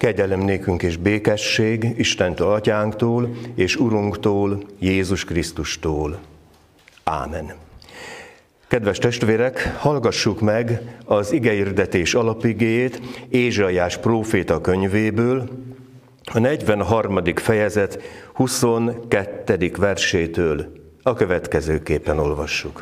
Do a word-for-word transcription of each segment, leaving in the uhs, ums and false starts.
Kegyelem nékünk és békesség Istentől, Atyánktól és Urunktól, Jézus Krisztustól. Ámen. Kedves testvérek, hallgassuk meg az igehirdetés alapigéjét Ézsaiás próféta könyvéből, a negyvenharmadik fejezet huszonkettedik versétől. A következőképpen olvassuk.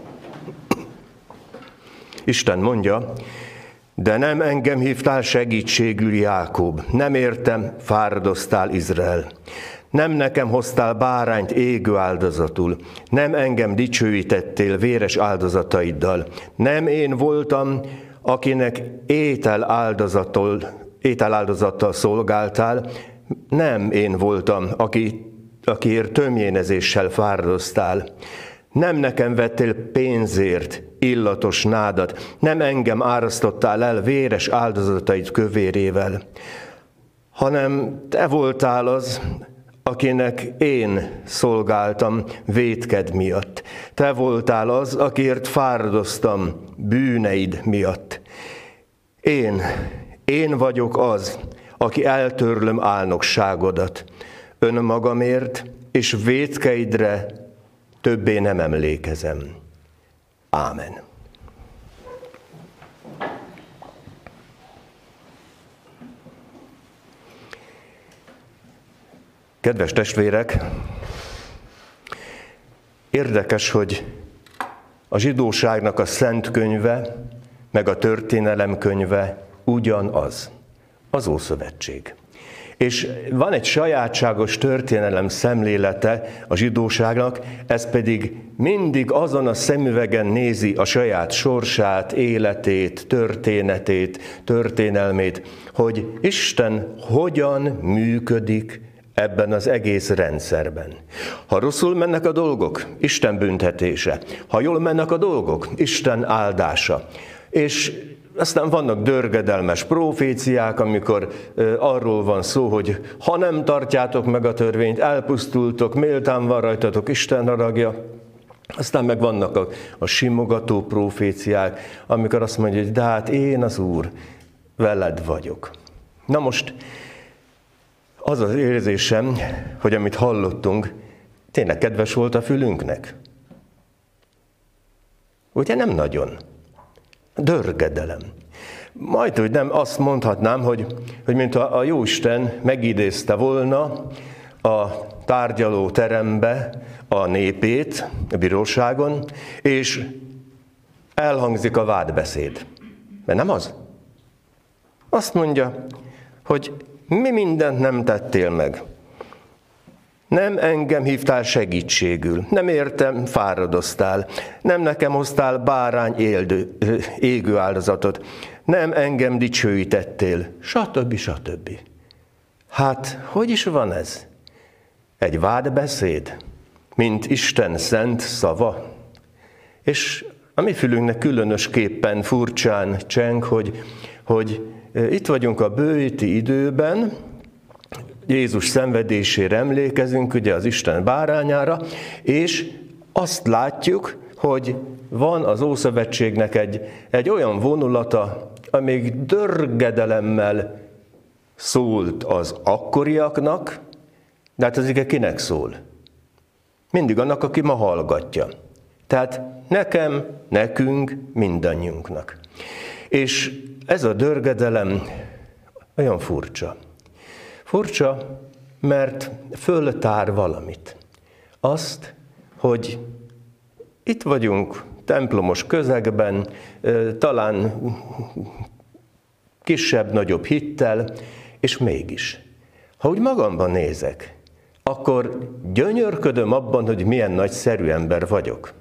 Isten mondja: de nem engem hívtál segítségül, Jákob, nem értem, fáradoztál, Izrael. Nem nekem hoztál bárányt égő áldozatul, nem engem dicsőítettél véres áldozataiddal. Nem én voltam, akinek étel áldozattal, étel áldozattal szolgáltál, nem én voltam, aki, akiért tömjénezéssel fáradoztál. Nem nekem vettél pénzért illatos nádat, nem engem árasztottál el véres áldozataid kövérével, hanem te voltál az, akinek én szolgáltam vétked miatt. Te voltál az, akiért fáradoztam bűneid miatt. Én, én vagyok az, aki eltörlöm álnokságodat önmagamért, és vétkeidre többé nem emlékezem. Ámen. Kedves testvérek, érdekes, hogy a zsidóságnak a szent könyve, meg a történelem könyve ugyanaz, az Ószövetség. És van egy sajátságos történelem szemlélete a zsidóságnak, ez pedig mindig azon a szemüvegen nézi a saját sorsát, életét, történetét, történelmét, hogy Isten hogyan működik ebben az egész rendszerben. Ha rosszul mennek a dolgok, Isten büntetése. Ha jól mennek a dolgok, Isten áldása. És aztán vannak dörgedelmes proféciák, amikor uh, arról van szó, hogy ha nem tartjátok meg a törvényt, elpusztultok, méltán van rajtatok Isten haragja. Aztán meg vannak a, a simogató proféciák, amikor azt mondja, hogy de hát én az Úr, veled vagyok. Na most az az érzésem, hogy amit hallottunk, tényleg kedves volt a fülünknek. Ugye nem nagyon. Dörgedelem. Majd, hogy nem azt mondhatnám, hogy, hogy mint a, a Jóisten megidézte volna a tárgyaló terembe a népét a bíróságon, és elhangzik a vádbeszéd. Mert nem az. Azt mondja, hogy mi mindent nem tettél meg. Nem engem hívtál segítségül, nem értem, fáradoztál, nem nekem hoztál bárány éldő, égő áldozatot, nem engem dicsőítettél, stb. stb. Hát, hogy is van ez? Egy vádbeszéd, mint Isten szent szava. És a mi fülünknek különösképpen furcsán cseng, hogy, hogy itt vagyunk a bőti időben, Jézus szenvedésére emlékezünk, ugye az Isten bárányára, és azt látjuk, hogy van az Ószövetségnek egy, egy olyan vonulata, amíg dörgedelemmel szólt az akkoriaknak, de hát az ige kinek szól? Mindig annak, aki ma hallgatja. Tehát nekem, nekünk, mindannyiunknak. És ez a dörgedelem olyan furcsa. Furcsa, mert föltár valamit. Azt, hogy itt vagyunk templomos közegben, talán kisebb-nagyobb hittel, és mégis. Ha úgy magamban nézek, akkor gyönyörködöm abban, hogy milyen nagyszerű ember vagyok.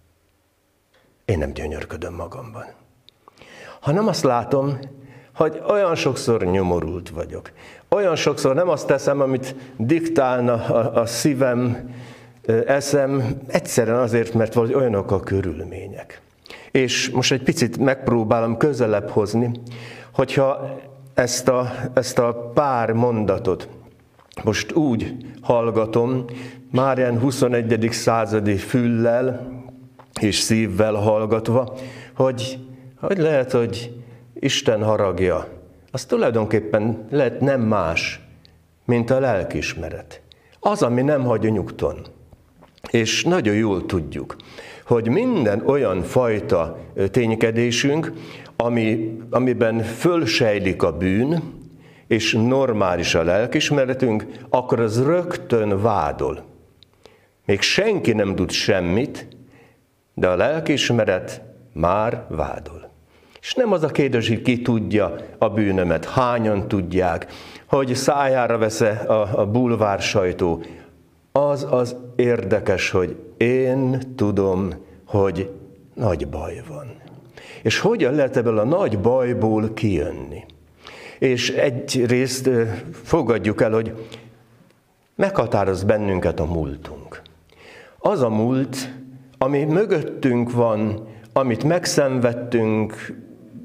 Én nem gyönyörködöm magamban. Hanem azt látom, hogy olyan sokszor nyomorult vagyok. Olyan sokszor nem azt teszem, amit diktálna a, a szívem, eszem, egyszerűen azért, mert vagy olyanok a körülmények. És most egy picit megpróbálom közelebb hozni, hogyha ezt a, ezt a pár mondatot most úgy hallgatom, már ilyen huszonegyedik századi füllel és szívvel hallgatva, hogy, hogy lehet, hogy Isten haragja az tulajdonképpen lehet nem más, mint a lelkiismeret. Az, ami nem hagy nyugton. És nagyon jól tudjuk, hogy minden olyan fajta ténykedésünk, ami, amiben fölsejlik a bűn, és normális a lelkiismeretünk, akkor az rögtön vádol. Még senki nem tud semmit, de a lelkiismeret már vádol. És nem az a kérdés, hogy ki tudja a bűnömet, hányan tudják, hogy szájára vesz-e a, a bulvár sajtó. Az az érdekes, hogy én tudom, hogy nagy baj van. És hogyan lehet ebből a nagy bajból kijönni? És egyrészt fogadjuk el, hogy meghatároz bennünket a múltunk. Az a múlt, ami mögöttünk van, amit megszenvedtünk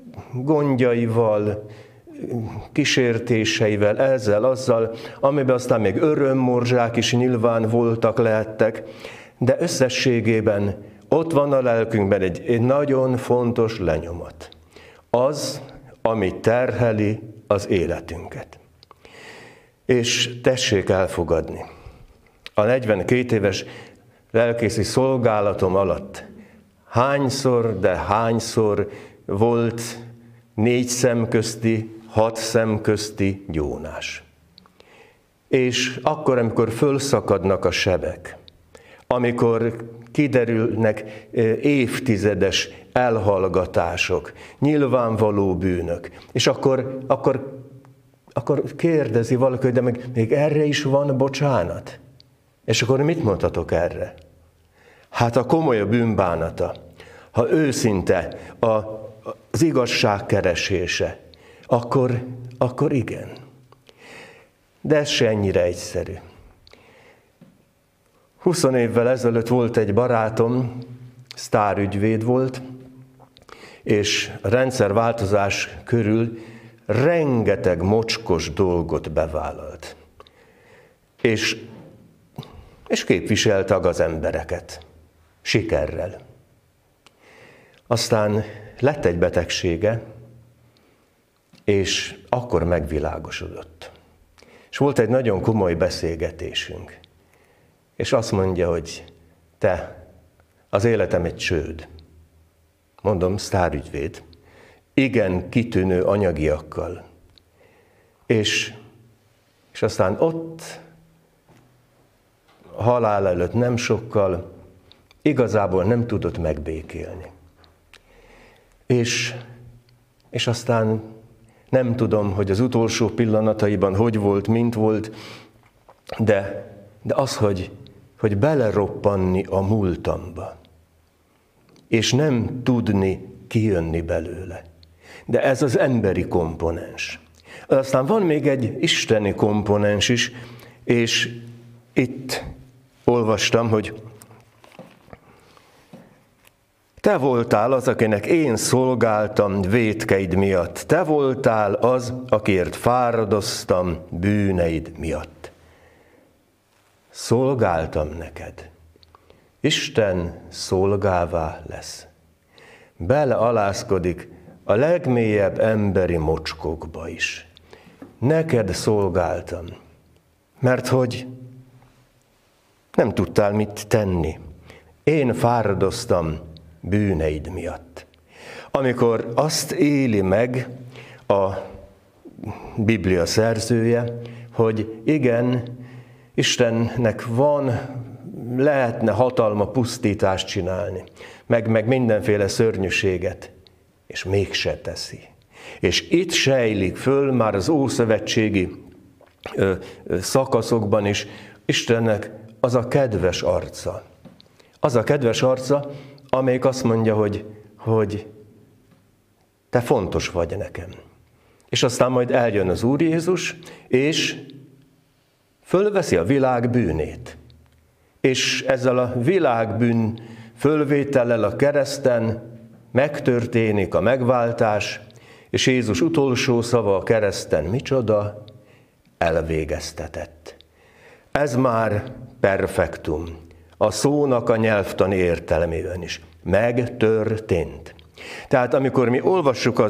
gondjaival, kísértéseivel, ezzel, azzal, amiben aztán még örömmorzsák is nyilván voltak, lehettek, de összességében ott van a lelkünkben egy, egy nagyon fontos lenyomat. Az, ami terheli az életünket. És tessék elfogadni. A negyvenkét éves lelkészi szolgálatom alatt hányszor, de hányszor volt négy szem közti, hat szem közti gyónás. És akkor, amikor fölszakadnak a sebek, amikor kiderülnek évtizedes elhallgatások, nyilvánvaló bűnök, és akkor, akkor, akkor kérdezi valaki, hogy de még, még erre is van bocsánat? És akkor mit mondhatok erre? Hát a komoly a bűnbánata, ha őszinte a, az igazság keresése, akkor, akkor igen. De ez se ennyire egyszerű. húsz évvel ezelőtt volt egy barátom, sztárügyvéd volt, és a rendszerváltozás körül rengeteg mocskos dolgot bevállalt. És, és képviselte az embereket. Sikerrel. Aztán lett egy betegsége, és akkor megvilágosodott. És volt egy nagyon komoly beszélgetésünk. És azt mondja, hogy te, az életem egy csőd. Mondom, sztárügyvéd. Igen, kitűnő anyagiakkal. És, és aztán ott, halál előtt nem sokkal, igazából nem tudott megbékélni. És, és aztán nem tudom, hogy az utolsó pillanataiban hogy volt, mint volt, de, de az, hogy, hogy beleroppanni a múltamba, és nem tudni kijönni belőle. De ez az emberi komponens. Aztán van még egy isteni komponens is, és itt olvastam, hogy te voltál az, akinek én szolgáltam vétkeid miatt. Te voltál az, akiért fáradoztam bűneid miatt. Szolgáltam neked. Isten szolgává lesz. Belealázkodik a legmélyebb emberi mocskokba is. Neked szolgáltam, mert hogy nem tudtál mit tenni. Én fáradoztam bűneid miatt. Amikor azt éli meg a Biblia szerzője, hogy igen, Istennek van, lehetne hatalma pusztítást csinálni, meg, meg mindenféle szörnyűséget, és mégse teszi. És itt sejlik föl már az ószövetségi ö, ö, szakaszokban is Istennek az a kedves arca. Az a kedves arca, amelyik azt mondja, hogy, hogy te fontos vagy nekem. És aztán majd eljön az Úr Jézus, és fölveszi a világ bűnét. És ezzel a világbűn fölvétellel a kereszten megtörténik a megváltás, és Jézus utolsó szava a kereszten micsoda? Elvégeztetett. Ez már perfektum. A szónak a nyelvtani értelmében is. Megtörtént. Tehát amikor mi olvassuk az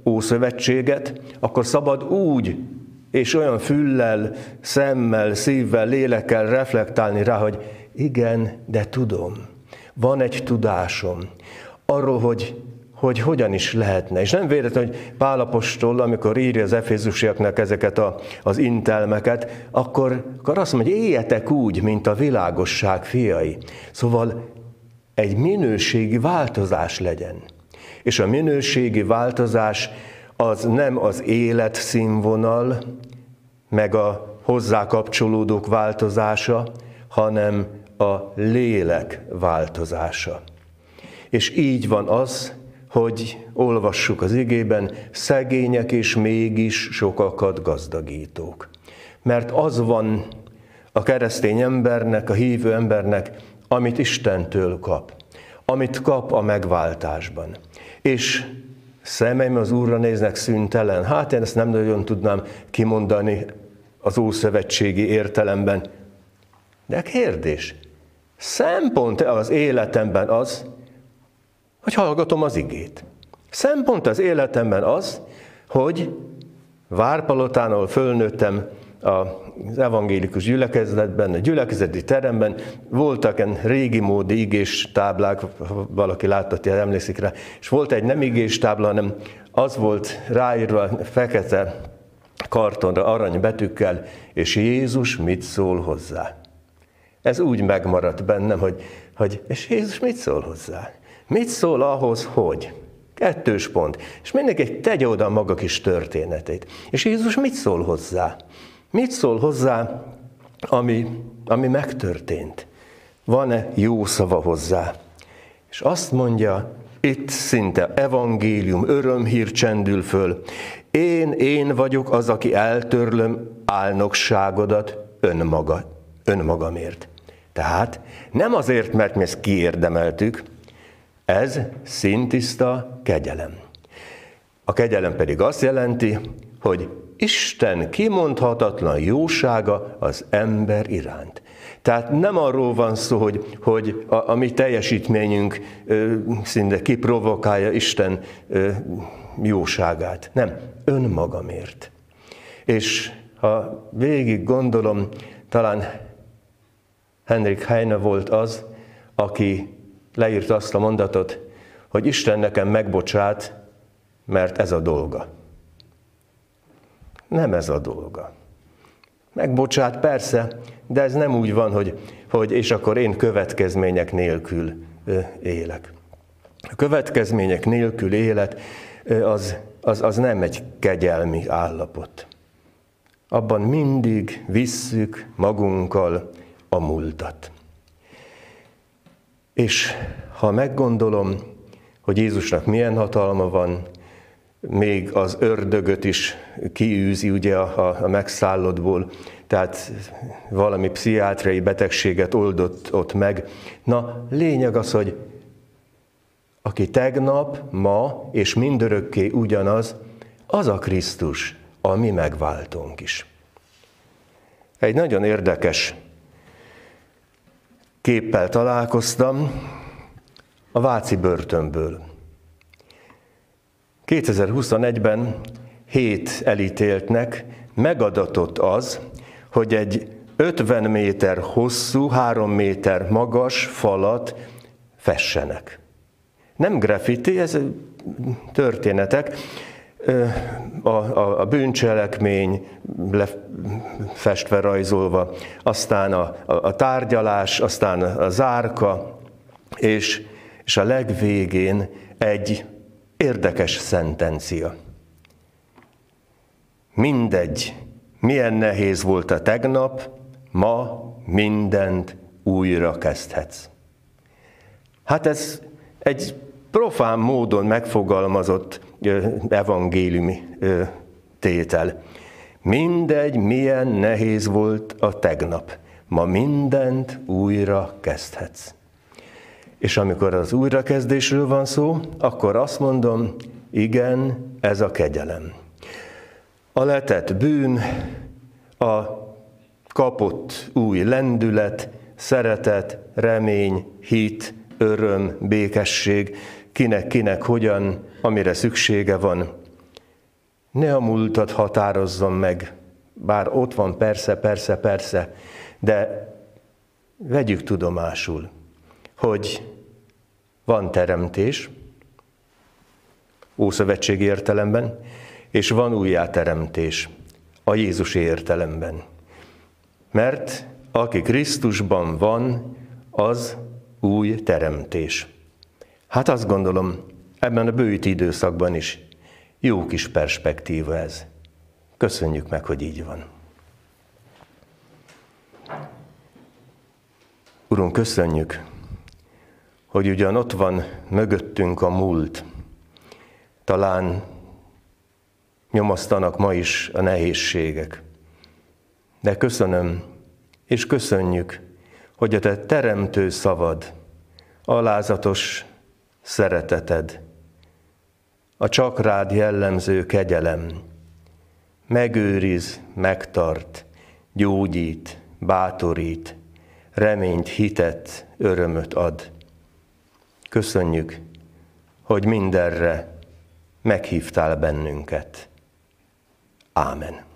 Ószövetséget, akkor szabad úgy és olyan füllel, szemmel, szívvel, lélekkel reflektálni rá, hogy igen, de tudom, van egy tudásom arról, hogy, hogy hogyan is lehetne. És nem véletlen, hogy Pál apostol, amikor írja az efézusiaknak ezeket a, az intelmeket, akkor, akkor azt mondja, hogy éljetek úgy, mint a világosság fiai. Szóval egy minőségi változás legyen. És a minőségi változás az nem az életszínvonal, meg a hozzá kapcsolódók változása, hanem a lélek változása. És így van az, hogy olvassuk az igében, szegények és mégis sokakat gazdagítók. Mert az van a keresztény embernek, a hívő embernek, amit Istentől kap, amit kap a megváltásban. És szemeim az Úrra néznek szüntelen. Hát én ezt nem nagyon tudnám kimondani az ószövetségi értelemben. De kérdés, szempont az életemben az, hogy hallgatom az igét. Szempont az életemben az, hogy Várpalotán, ahol fölnőttem az evangélikus gyülekezetben, a gyülekezeti teremben, voltak ilyen régi módi igés táblák, valaki látta, emlékszik rá, és volt egy nem igés tábla, hanem az volt ráírva fekete kartonra, aranybetűkkel, és Jézus mit szól hozzá. Ez úgy megmaradt bennem, hogy, hogy és Jézus mit szól hozzá? Mit szól ahhoz, hogy? Kettős pont. És mindenki tegye oda maga kis történetét. És Jézus mit szól hozzá? Mit szól hozzá, ami, ami megtörtént? Van-e jó szava hozzá? És azt mondja, itt szinte evangélium, örömhír csendül föl. Én, én vagyok az, aki eltörlöm álnokságodat önmaga, önmagamért. Tehát nem azért, mert mi ezt kiérdemeltük, ez szintiszta kegyelem. A kegyelem pedig azt jelenti, hogy Isten kimondhatatlan jósága az ember iránt. Tehát nem arról van szó, hogy, hogy a, a mi teljesítményünk ö, szinte kiprovokálja Isten ö, jóságát. Nem, önmagamért. És ha végig gondolom, talán Henrik Heine volt az, aki leírta azt a mondatot, hogy Isten nekem megbocsát, mert ez a dolga. Nem ez a dolga. Megbocsát persze, de ez nem úgy van, hogy, hogy és akkor én következmények nélkül élek. A következmények nélkül élet az, az, az nem egy kegyelmi állapot. Abban mindig visszük magunkkal a múltat. És ha meggondolom, hogy Jézusnak milyen hatalma van, még az ördögöt is kiűzi ugye a, a megszállottból, tehát valami pszichiátriai betegséget oldott ott meg. Na, lényeg az, hogy aki tegnap, ma és mindörökké ugyanaz, az a Krisztus, a mi megváltónk is. Egy nagyon érdekes képpel találkoztam a váci börtönből. kétezer-huszonegyben hét elítéltnek megadatott az, hogy egy ötven méter hosszú, három méter magas falat fessenek. Nem graffiti, ez történetek, a, a, a bűncselekmény lefestve, rajzolva, aztán a, a, a tárgyalás, aztán a zárka, és, és a legvégén egy érdekes szentencia. Mindegy, milyen nehéz volt a tegnap, ma mindent újra kezdhetsz. Hát ez egy profán módon megfogalmazott evangéliumi tétel. Mindegy, milyen nehéz volt a tegnap, ma mindent újra kezdhetsz. És amikor az újrakezdésről van szó, akkor azt mondom, igen, ez a kegyelem. A letett bűn, a kapott új lendület, szeretet, remény, hit, öröm, békesség, kinek-kinek hogyan, amire szüksége van, Ne a múltat határozzon meg, bár ott van persze, persze, persze, de vegyük tudomásul, hogy van teremtés, ószövetségi értelemben, és van újjáteremtés a Jézusi értelemben. Mert aki Krisztusban van, az új teremtés. Hát azt gondolom, ebben a bővíti időszakban is jó kis perspektíva ez. Köszönjük meg, hogy így van. Urunk, köszönjük, hogy ugyan ott van mögöttünk a múlt, talán nyomasztanak ma is a nehézségek, de köszönöm, és köszönjük, hogy a te teremtő szavad, alázatos szereteted, a csak rád jellemző kegyelem megőriz, megtart, gyógyít, bátorít, reményt, hitet, örömöt ad. Köszönjük, hogy mindenre meghívtál bennünket. Ámen.